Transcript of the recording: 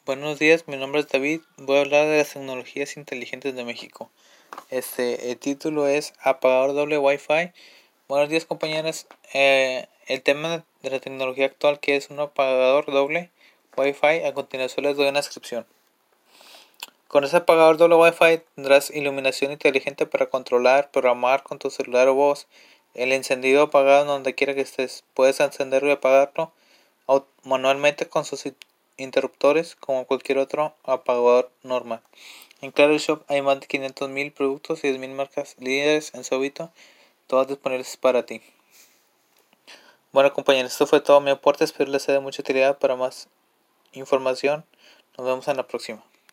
Buenos días, mi nombre es David. Voy a hablar de las tecnologías inteligentes de México. El título es Apagador doble Wi-Fi. Buenos días, compañeros. El tema de la tecnología actual, que es un apagador doble Wi-Fi, a continuación les doy una descripción. Con ese apagador doble Wi-Fi tendrás iluminación inteligente para controlar, programar con tu celular o voz el encendido o apagado donde quiera que estés. Puedes encenderlo y apagarlo manualmente con sus interruptores como cualquier otro apagador normal. En Claro Shop hay más de 500,000 productos y 10,000 marcas líderes en su ámbito, todas disponibles para ti. Bueno, compañeros, esto fue todo mi aporte. Espero les sea de mucha utilidad. Para más información, nos vemos en la próxima.